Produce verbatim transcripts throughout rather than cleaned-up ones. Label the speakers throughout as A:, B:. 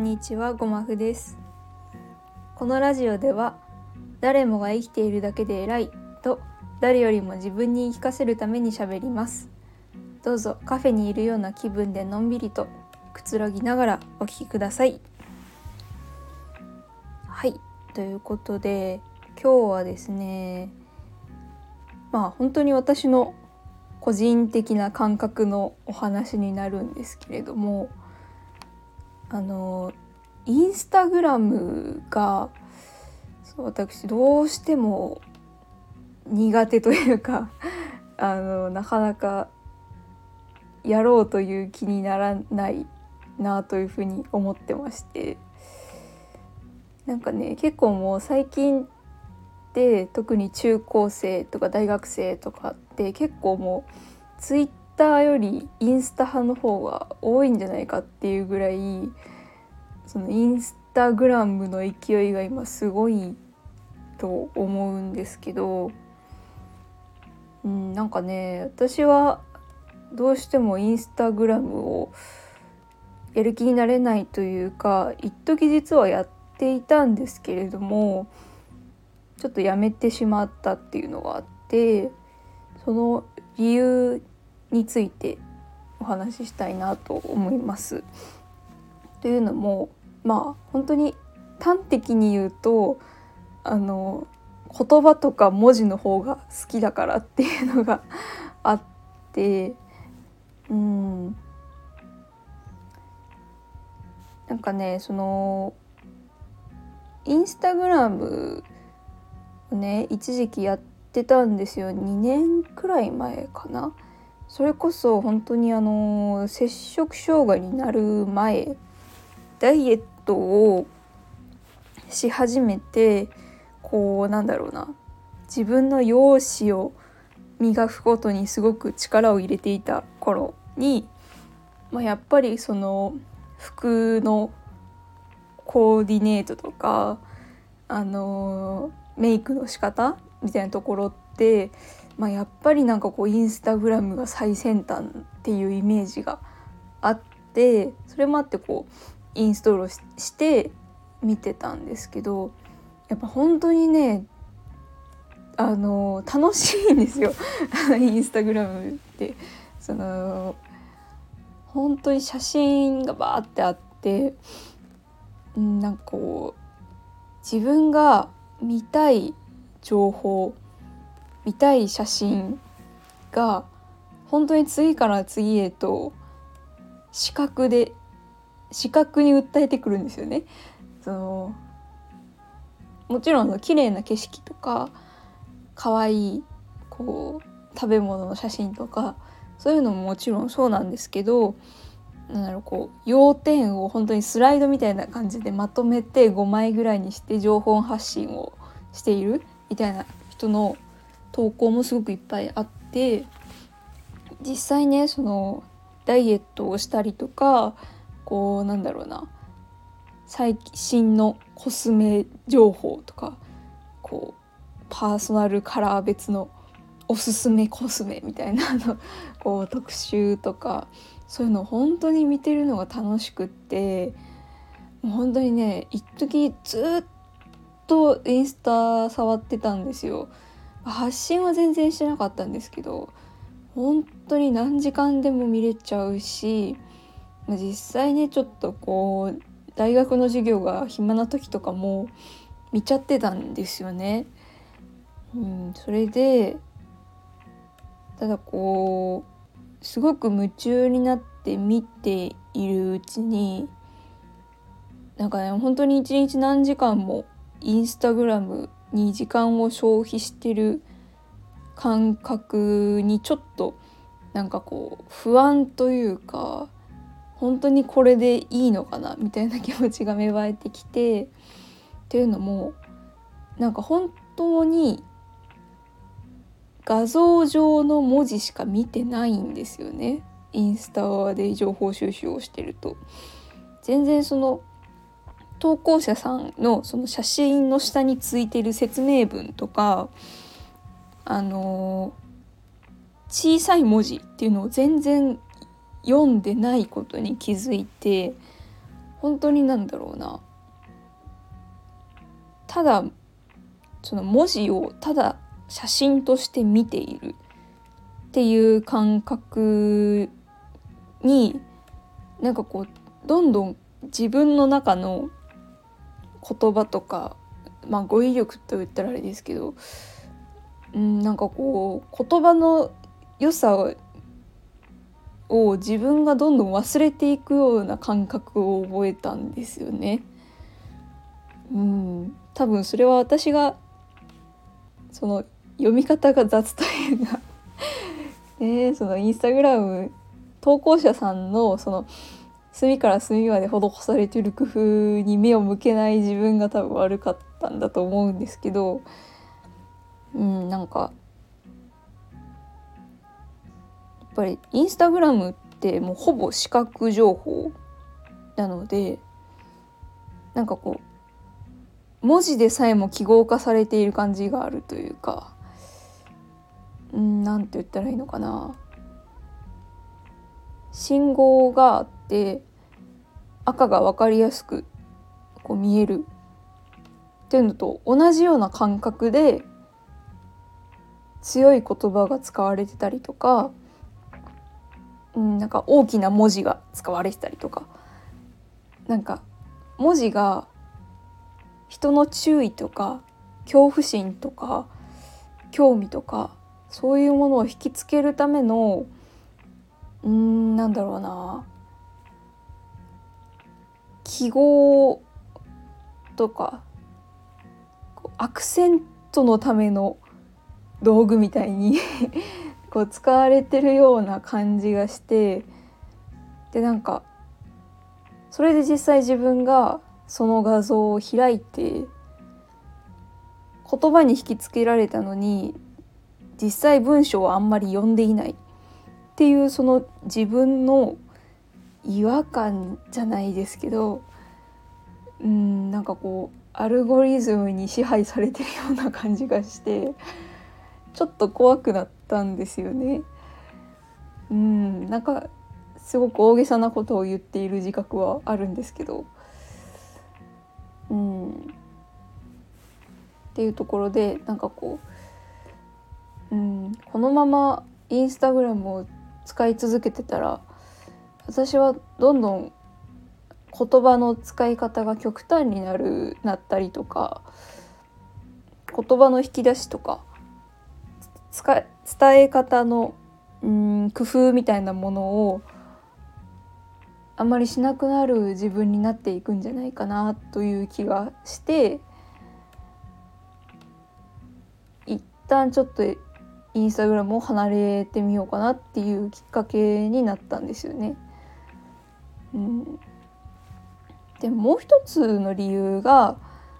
A: にちは、ごまふです。このラジオでは誰もが生きているだけで偉いと誰よりも自分に言い聞かせるために喋ります。どうぞカフェにいるような気分でのんびりとくつろぎながらお聞きください。はい、ということで今日はですね、まあ本当に私の個人的な感覚のお話になるんですけれども、あのインスタグラムがそう私どうしても苦手というかあのなかなかやろうという気にならないなというふうに思ってまして、なんかね結構もう最近って特に中高生とか大学生とかって結構もうツイッターよりインスタ派の方が多いんじゃないかっていうぐらい、そのインスタグラムの勢いが今すごいと思うんですけど、うん、なんかね私はどうしてもインスタグラムをやる気になれないというか、一時実はやっていたんですけれどもちょっとやめてしまったっていうのがあって、その理由についてお話ししたいなと思います。というのもまあ本当に端的に言うとあの言葉とか文字の方が好きだからっていうのがあって、うんなんかねそのインスタグラムをね一時期やってたんですよ。にねんくらい前かな。それこそ本当にあの摂食障害になる前、ダイエットをし始めて、こうなんだろうな、自分の容姿を磨くことにすごく力を入れていた頃に、まあ、やっぱりその服のコーディネートとかあのメイクの仕方みたいなところって、まあ、やっぱりなんかこうインスタグラムが最先端っていうイメージがあって、それもあってこうインストールしして見てたんですけど、やっぱ本当にねあの楽しいんですよインスタグラムって。その本当に写真がバーってあって、なんかこう自分が見たい情報、見たい写真が本当に次から次へと視覚で視覚に訴えてくるんですよね。そのもちろん綺麗な景色とか可愛いこう食べ物の写真とかそういうのももちろんそうなんですけど、なんだろうこう要点を本当にスライドみたいな感じでまとめてごまいぐらいにして情報発信をしているみたいな人の投稿もすごくいっぱいあって、実際ねそのダイエットをしたりとか、こうなんだろうな最新のコスメ情報とか、こうパーソナルカラー別のおすすめコスメみたいなのこう特集とかそういうのを本当に見てるのが楽しくって、もう本当にね一時ずっとインスタ触ってたんですよ。発信は全然してなかったんですけど、本当に何時間でも見れちゃうし、実際ねちょっとこう大学の授業が暇な時とかも見ちゃってたんですよね。うん、それでただこうすごく夢中になって見ているうちに、なんかね本当に一日何時間もインスタグラムに時間を消費してる感覚にちょっとなんかこう不安というか、本当にこれでいいのかなみたいな気持ちが芽生えてきて、っていうのもなんか本当に画像上の文字しか見てないんですよね。インスタで情報収集をしてると全然その投稿者さんのその写真の下についてる説明文とか、あのー、小さい文字っていうのを全然読んでないことに気づいて、 本当になんだろうな、ただその文字をただ写真として見ているっていう感覚になんかこうどんどん自分の中の言葉とか、まあ語彙力と言ったらあれですけど、うん、なんかこう言葉の良さを自分がどんどん忘れていくような感覚を覚えたんですよね。うん、多分それは私がその読み方が雑というかね、そのインスタグラム投稿者さんのその隅から隅まで施されている工夫に目を向けない自分が多分悪かったんだと思うんですけど、うん、なんかやっぱりインスタグラムってもうほぼ視覚情報なので、なんかこう文字でさえも記号化されている感じがあるというか、うん、なんて言ったらいいのかな、信号があって赤が分かりやすくこう見えるっていうのと同じような感覚で強い言葉が使われてたりとか、うん、なんか大きな文字が使われてたりとか、なんか文字が人の注意とか恐怖心とか興味とかそういうものを引きつけるためのうーんなんだろうな、記号とかこうアクセントのための道具みたいにこう使われてるような感じがして、でなんかそれで実際自分がその画像を開いて言葉に引きつけられたのに実際文章はあんまり読んでいないっていうその自分の違和感じゃないですけど、うん、なんかこうアルゴリズムに支配されてるような感じがしてちょっと怖くなったんですよね。うん、なんかすごく大げさなことを言っている自覚はあるんですけど、うん、っていうところでなんかこう、うん、このままインスタグラムを使い続けてたら私はどんどん言葉の使い方が極端になるなったりとか、言葉の引き出しとか伝え方のうん工夫みたいなものをあんまりしなくなる自分になっていくんじゃないかなという気がして、一旦ちょっとインスタグラムを離れてみようかなっていうきっかけになったんですよね。うん、でもう一つの理由が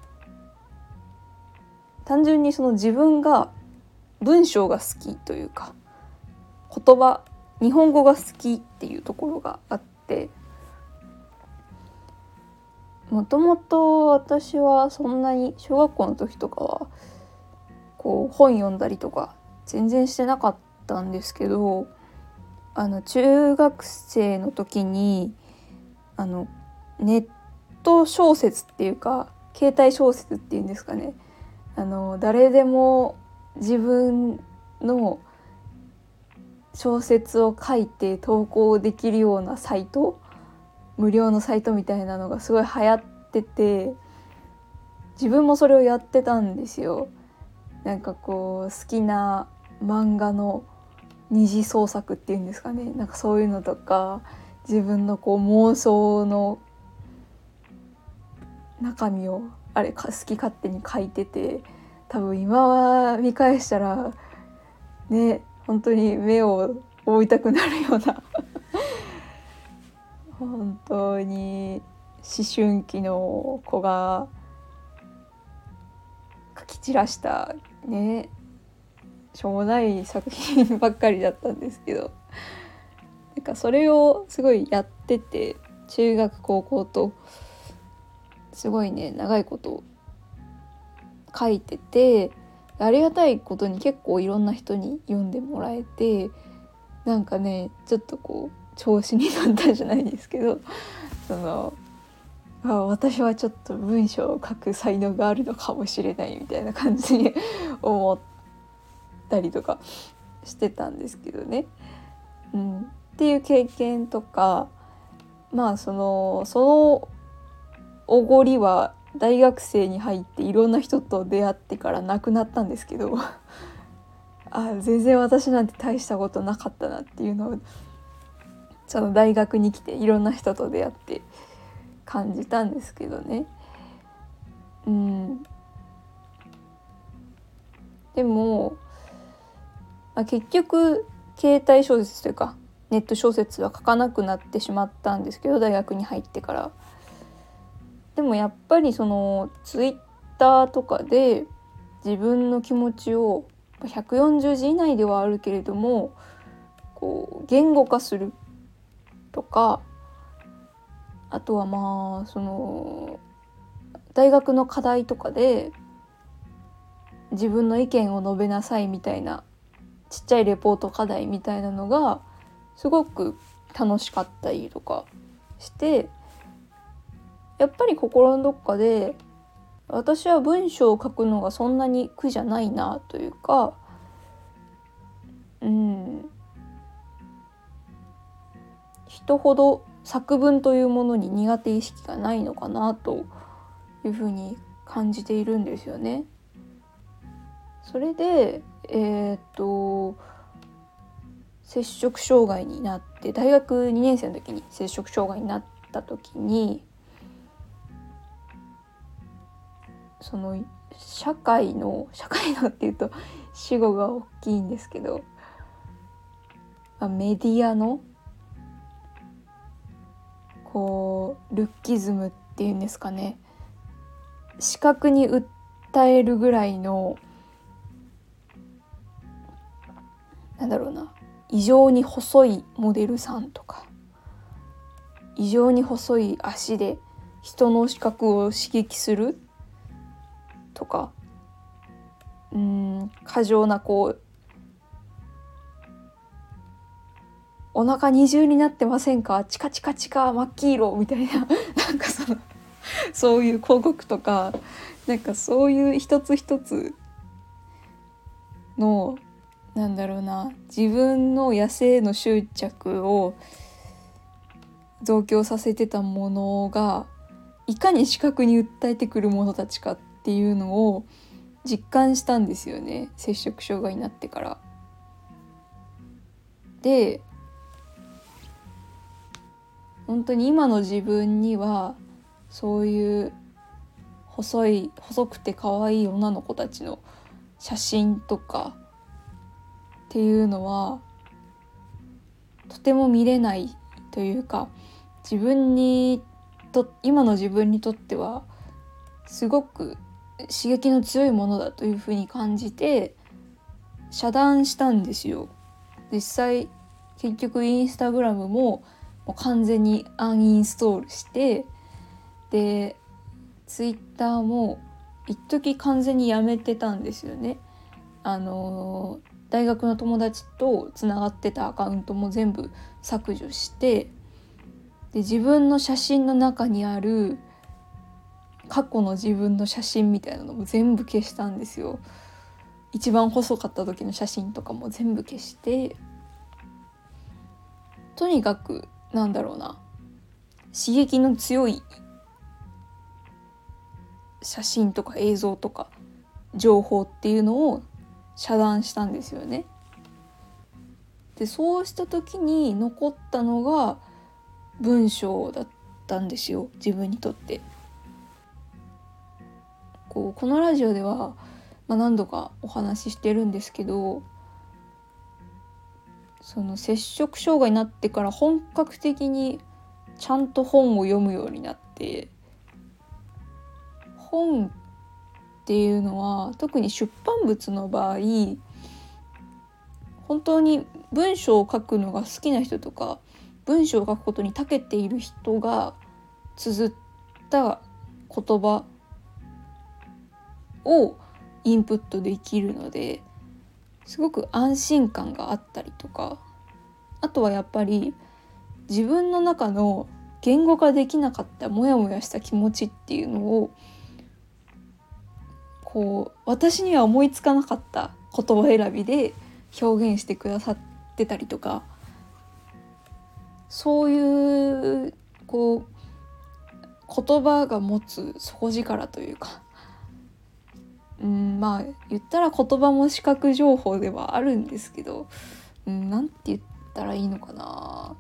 A: 単純にその自分が文章が好きというか言葉日本語が好きっていうところがあって、もともと私はそんなに小学校の時とかはこう本読んだりとか全然してなかったんですけど、あの中学生の時にあのネット小説っていうか携帯小説っていうんですかね、あの誰でも自分の小説を書いて投稿できるようなサイト、無料のサイトみたいなのがすごい流行ってて、自分もそれをやってたんですよ。なんかこう好きな漫画の二次創作っていうんですかね、なんかそういうのとか自分のこう妄想の中身をあれ好き勝手に書いてて、多分今は見返したらね本当に目を覆いたくなるような本当に思春期の子が書き散らしたねしょうもない作品ばっかりだったんですけど、なんかそれをすごいやってて中学高校とすごいね長いこと書いてて、ありがたいことに結構いろんな人に読んでもらえて、なんかねちょっとこう調子に乗ったじゃないですけど、そのあ、私はちょっと文章を書く才能があるのかもしれないみたいな感じに思ったりとかしてたんですけどね、うん、っていう経験とか、まあそのそのおごりは大学生に入っていろんな人と出会ってからなくなったんですけどあ、全然私なんて大したことなかったなっていうのをその大学に来ていろんな人と出会って感じたんですけどね。うん、でも、まあ、結局携帯小説というかネット小説は書かなくなってしまったんですけど、大学に入ってから。でもやっぱりそのツイッターとかで自分の気持ちをひゃくよんじゅうじ以内ではあるけれどもこう言語化するとか、あとはまあその大学の課題とかで自分の意見を述べなさいみたいなちっちゃいレポート課題みたいなのがすごく楽しかったりとかして、やっぱり心のどっかで私は文章を書くのがそんなに苦じゃないなというか、うん人ほど作文というものに苦手意識がないのかなというふうに感じているんですよね。それでえー、っと摂食障害になって大学にねん生の時に摂食障害になった時にその社会の社会のっていうと死語が大きいんですけど、メディアのこうルッキズムっていうんですかね、視覚に訴えるぐらいのなんだろうな、異常に細いモデルさんとか異常に細い足で人の視覚を刺激するとか、うーん過剰なこうお腹二重になってませんか、チカチカチカ真っ黄色みたいななんかそのそういう広告とか、なんかそういう一つ一つのなんだろうな、自分の野生の執着を増強させてたものがいかに視覚に訴えてくるものたちかっていうのを実感したんですよね、摂食障害になってから。で本当に今の自分にはそういう細い細くて可愛い女の子たちの写真とかっていうのはとても見れないというか、自分にと今の自分にとってはすごく刺激の強いものだというふうに感じて遮断したんですよ。実際結局インスタグラムももう完全にアンインストールして、でツイッターも一時完全にやめてたんですよね。あの大学の友達とつながってたアカウントも全部削除して、で自分の写真の中にある過去の自分の写真みたいなのも全部消したんですよ。一番細かった時の写真とかも全部消して、とにかくなんだろうな、刺激の強い写真とか映像とか情報っていうのを遮断したんですよね。でそうした時に残ったのが文章だったんですよ、自分にとって。こうこのラジオでは、まあ、何度かお話ししてるんですけど、その摂食障害になってから本格的にちゃんと本を読むようになって、本っていうのは特に出版物の場合本当に文章を書くのが好きな人とか文章を書くことに長けている人が綴った言葉をインプットできるので、すごく安心感があったりとか、あとはやっぱり自分の中の言語化できなかったモヤモヤした気持ちっていうのをこう私には思いつかなかった言葉選びで表現してくださってたりとか、そういうこう言葉が持つ底力というか、うん、まあ言ったら言葉も視覚情報ではあるんですけど、うん、なんて言ったらいいのかな、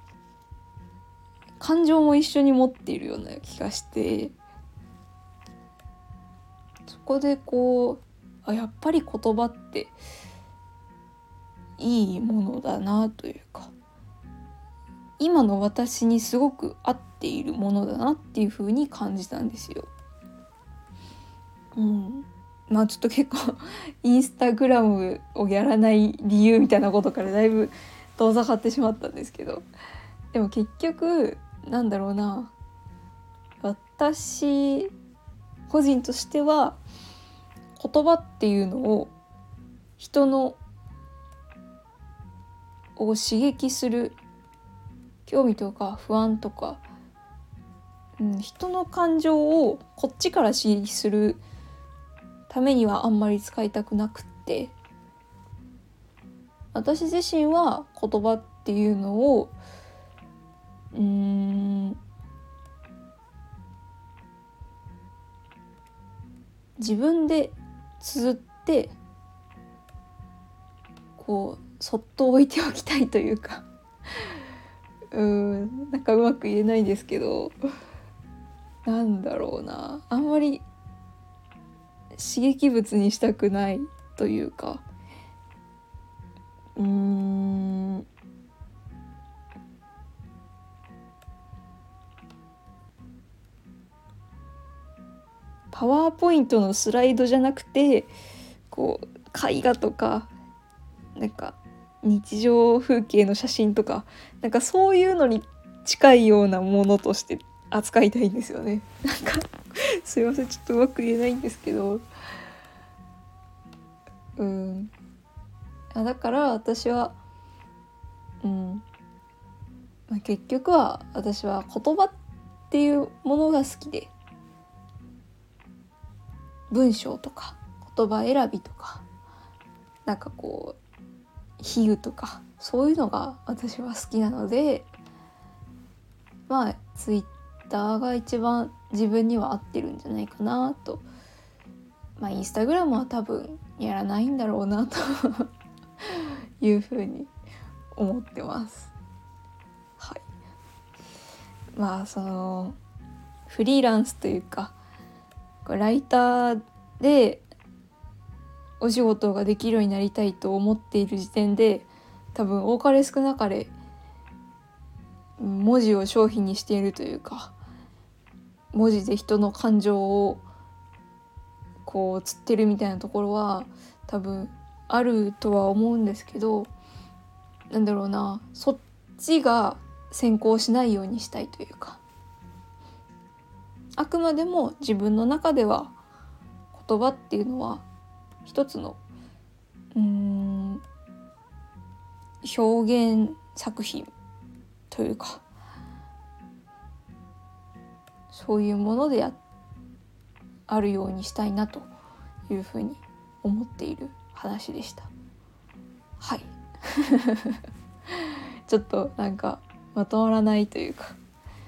A: 感情も一緒に持っているような気がして、そこでこうあやっぱり言葉っていいものだなというか、今の私にすごく合っているものだなっていう風に感じたんですよ。うん、まあちょっと結構インスタグラムをやらない理由みたいなことからだいぶ遠ざかってしまったんですけど、でも結局なんだろうな、私個人としては言葉っていうのを人のを刺激する、興味とか不安とか、うん、人の感情をこっちから刺激するためにはあんまり使いたくなくって、私自身は言葉っていうのをうーん自分で綴ってこうそっと置いておきたいというかうーんなんかうまく言えないですけど、なんだろうな、あんまり刺激物にしたくないというか、うーんパワーポイントのスライドじゃなくて、こう絵画とかなんか日常風景の写真とか、なんかそういうのに近いようなものとして扱いたいんですよね。なんかすいません、ちょっとうまく言えないんですけど、うんあだから私はうん、まあ、結局は私は言葉っていうものが好きで、文章とか言葉選びとかなんかこう比喩とかそういうのが私は好きなので、まあツイッターが一番自分には合ってるんじゃないかなと。まあインスタグラムは多分やらないんだろうなというふうに思ってます。はい。まあそのフリーランスというかライターでお仕事ができるようになりたいと思っている時点で、多分多かれ少なかれ文字を商品にしているというか、文字で人の感情をこう釣ってるみたいなところは多分あるとは思うんですけど、なんだろうな、そっちが先行しないようにしたいというか、あくまでも自分の中では言葉っていうのは一つのうーん表現作品というか、そういうものでああるようにしたいなというふうに思っている話でした。はいちょっとなんかまとまらないというか、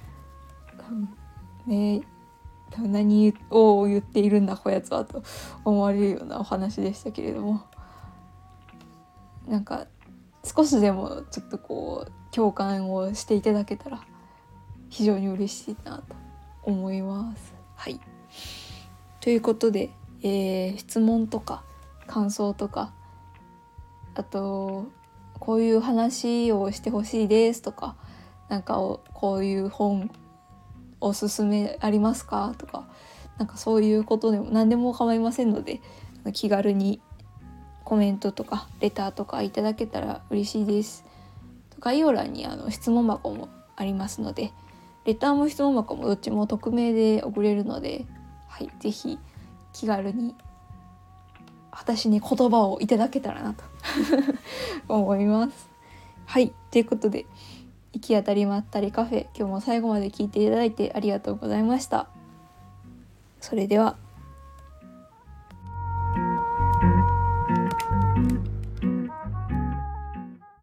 A: ね、何を言っているんだこやつはと思われるようなお話でしたけれども、なんか少しでもちょっとこう共感をしていただけたら非常に嬉しいなと思います。はい。ということで、えー、質問とか感想とか、あとこういう話をしてほしいですとか、なんかこういう本おすすめありますかとか、なんかそういうことでも何でも構いませんので、気軽にコメントとかレターとかいただけたら嬉しいです。概要欄にあの質問箱もありますので、レターも質問箱もどっちも匿名で送れるので、はい、ぜひ気軽に私に言葉をいただけたらなと思います。はい、ということで行き当たりまったりカフェ、今日も最後まで聞いていただいてありがとうございました。それでは。